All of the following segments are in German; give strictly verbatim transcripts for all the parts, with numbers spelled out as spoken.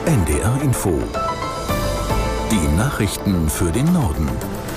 N D R Info. Die Nachrichten für den Norden.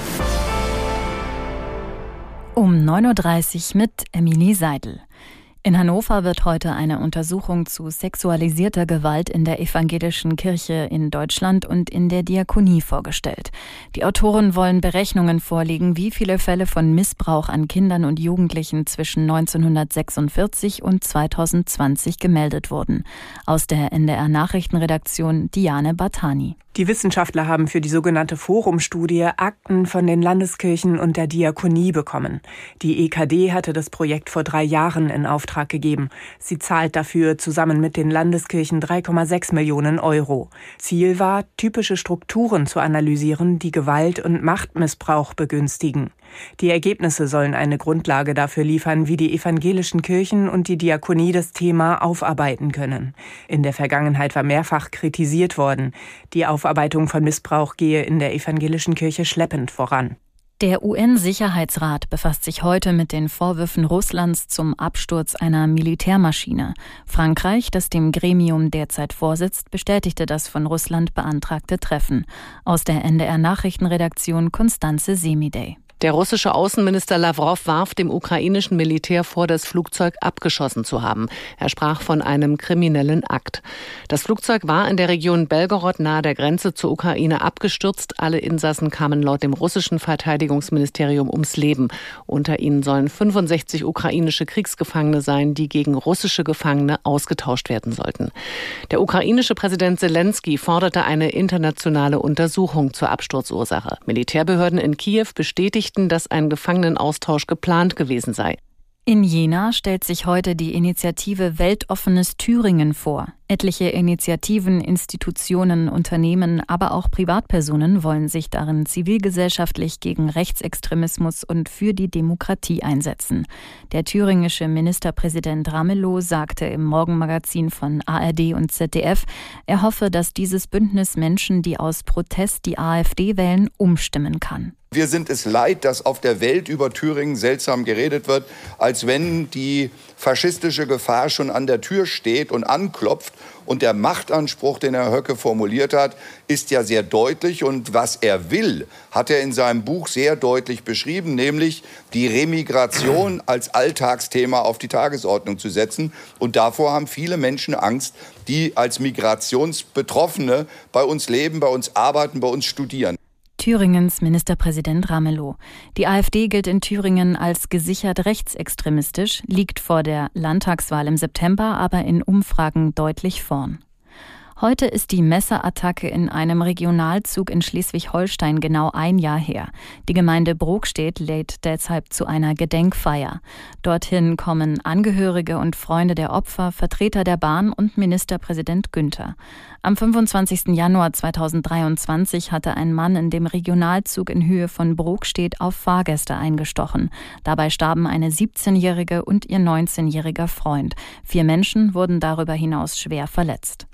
Um neun Uhr dreißig mit Emilie Seidel. In Hannover wird heute eine Untersuchung zu sexualisierter Gewalt in der evangelischen Kirche in Deutschland und in der Diakonie vorgestellt. Die Autoren wollen Berechnungen vorlegen, wie viele Fälle von Missbrauch an Kindern und Jugendlichen zwischen neunzehnhundertsechsundvierzig und zweitausendzwanzig gemeldet wurden. Aus der N D R-Nachrichtenredaktion Diane Bartani. Die Wissenschaftler haben für die sogenannte Forum-Studie Akten von den Landeskirchen und der Diakonie bekommen. Die E K D hatte das Projekt vor drei Jahren in Auftrag gegeben. Sie zahlt dafür zusammen mit den Landeskirchen drei Komma sechs Millionen Euro. Ziel war, typische Strukturen zu analysieren, die Gewalt- und Machtmissbrauch begünstigen. Die Ergebnisse sollen eine Grundlage dafür liefern, wie die evangelischen Kirchen und die Diakonie das Thema aufarbeiten können. In der Vergangenheit war mehrfach kritisiert worden. Die Aufarbeitung von Missbrauch gehe in der evangelischen Kirche schleppend voran. Der U N-Sicherheitsrat befasst sich heute mit den Vorwürfen Russlands zum Absturz einer Militärmaschine. Frankreich, das dem Gremium derzeit vorsitzt, bestätigte das von Russland beantragte Treffen. Aus der N D R-Nachrichtenredaktion Constanze Semidey. Der russische Außenminister Lawrow warf dem ukrainischen Militär vor, das Flugzeug abgeschossen zu haben. Er sprach von einem kriminellen Akt. Das Flugzeug war in der Region Belgorod nahe der Grenze zur Ukraine abgestürzt. Alle Insassen kamen laut dem russischen Verteidigungsministerium ums Leben. Unter ihnen sollen fünfundsechzig ukrainische Kriegsgefangene sein, die gegen russische Gefangene ausgetauscht werden sollten. Der ukrainische Präsident Selenskyj forderte eine internationale Untersuchung zur Absturzursache. Militärbehörden in Kiew bestätigten, dass ein Gefangenenaustausch geplant gewesen sei. In Jena stellt sich heute die Initiative Weltoffenes Thüringen vor. Etliche Initiativen, Institutionen, Unternehmen, aber auch Privatpersonen wollen sich darin zivilgesellschaftlich gegen Rechtsextremismus und für die Demokratie einsetzen. Der thüringische Ministerpräsident Ramelow sagte im Morgenmagazin von A R D und Z D F, er hoffe, dass dieses Bündnis Menschen, die aus Protest die AfD wählen, umstimmen kann. Wir sind es leid, dass auf der Welt über Thüringen seltsam geredet wird, als wenn die faschistische Gefahr schon an der Tür steht und anklopft. Und der Machtanspruch, den Herr Höcke formuliert hat, ist ja sehr deutlich. Und was er will, hat er in seinem Buch sehr deutlich beschrieben, nämlich die Remigration als Alltagsthema auf die Tagesordnung zu setzen. Und davor haben viele Menschen Angst, die als Migrationsbetroffene bei uns leben, bei uns arbeiten, bei uns studieren. Thüringens Ministerpräsident Ramelow. Die AfD gilt in Thüringen als gesichert rechtsextremistisch, liegt vor der Landtagswahl im September aber in Umfragen deutlich vorn. Heute ist die Messerattacke in einem Regionalzug in Schleswig-Holstein genau ein Jahr her. Die Gemeinde Brokstedt lädt deshalb zu einer Gedenkfeier. Dorthin kommen Angehörige und Freunde der Opfer, Vertreter der Bahn und Ministerpräsident Günther. Am fünfundzwanzigsten Januar zweitausenddreiundzwanzig hatte ein Mann in dem Regionalzug in Höhe von Brokstedt auf Fahrgäste eingestochen. Dabei starben eine siebzehnjährige und ihr neunzehnjähriger Freund. Vier Menschen wurden darüber hinaus schwer verletzt.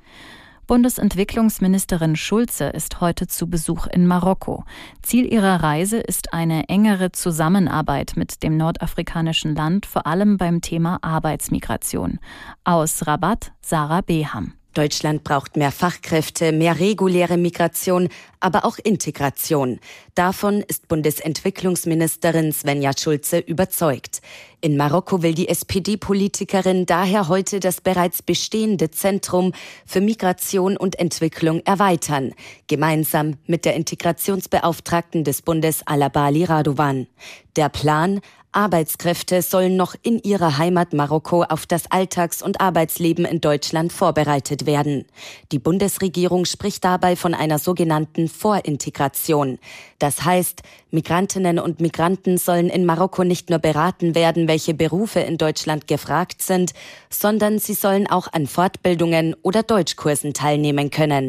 Bundesentwicklungsministerin Schulze ist heute zu Besuch in Marokko. Ziel ihrer Reise ist eine engere Zusammenarbeit mit dem nordafrikanischen Land, vor allem beim Thema Arbeitsmigration. Aus Rabat, Sarah Beham. Deutschland braucht mehr Fachkräfte, mehr reguläre Migration, aber auch Integration. Davon ist Bundesentwicklungsministerin Svenja Schulze überzeugt. In Marokko will die S P D-Politikerin daher heute das bereits bestehende Zentrum für Migration und Entwicklung erweitern, gemeinsam mit der Integrationsbeauftragten des Bundes Alabali Radovan. Der Plan: Arbeitskräfte sollen noch in ihrer Heimat Marokko auf das Alltags- und Arbeitsleben in Deutschland vorbereitet werden. Die Bundesregierung spricht dabei von einer sogenannten Vorintegration. Das heißt, Migrantinnen und Migranten sollen in Marokko nicht nur beraten werden, welche Berufe in Deutschland gefragt sind, sondern sie sollen auch an Fortbildungen oder Deutschkursen teilnehmen können.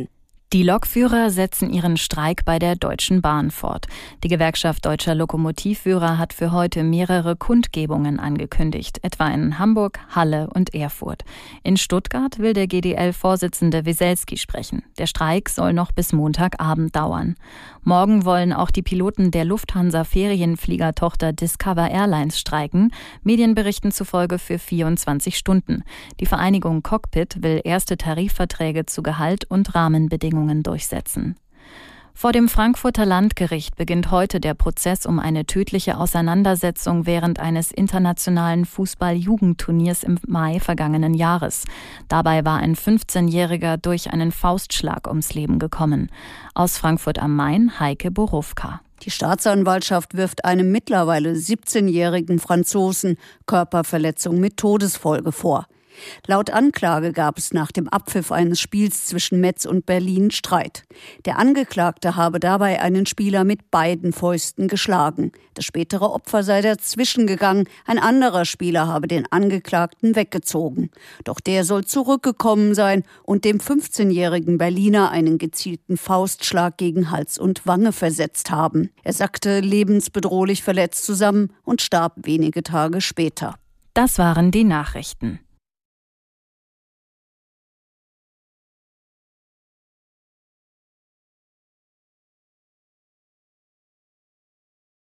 Die Lokführer setzen ihren Streik bei der Deutschen Bahn fort. Die Gewerkschaft Deutscher Lokomotivführer hat für heute mehrere Kundgebungen angekündigt, etwa in Hamburg, Halle und Erfurt. In Stuttgart will der G D L-Vorsitzende Weselski sprechen. Der Streik soll noch bis Montagabend dauern. Morgen wollen auch die Piloten der Lufthansa-Ferienfliegertochter Discover Airlines streiken, Medienberichten zufolge für vierundzwanzig Stunden. Die Vereinigung Cockpit will erste Tarifverträge zu Gehalt und Rahmenbedingungen durchsetzen. Vor dem Frankfurter Landgericht beginnt heute der Prozess um eine tödliche Auseinandersetzung während eines internationalen Fußball-Jugendturniers im Mai vergangenen Jahres. Dabei war ein fünfzehnjähriger durch einen Faustschlag ums Leben gekommen. Aus Frankfurt am Main, Heike Borowka. Die Staatsanwaltschaft wirft einem mittlerweile siebzehnjährigen Franzosen Körperverletzung mit Todesfolge vor. Laut Anklage gab es nach dem Abpfiff eines Spiels zwischen Metz und Berlin Streit. Der Angeklagte habe dabei einen Spieler mit beiden Fäusten geschlagen. Das spätere Opfer sei dazwischen gegangen, ein anderer Spieler habe den Angeklagten weggezogen. Doch der soll zurückgekommen sein und dem fünfzehnjährigen Berliner einen gezielten Faustschlag gegen Hals und Wange versetzt haben. Er sackte lebensbedrohlich verletzt zusammen und starb wenige Tage später. Das waren die Nachrichten.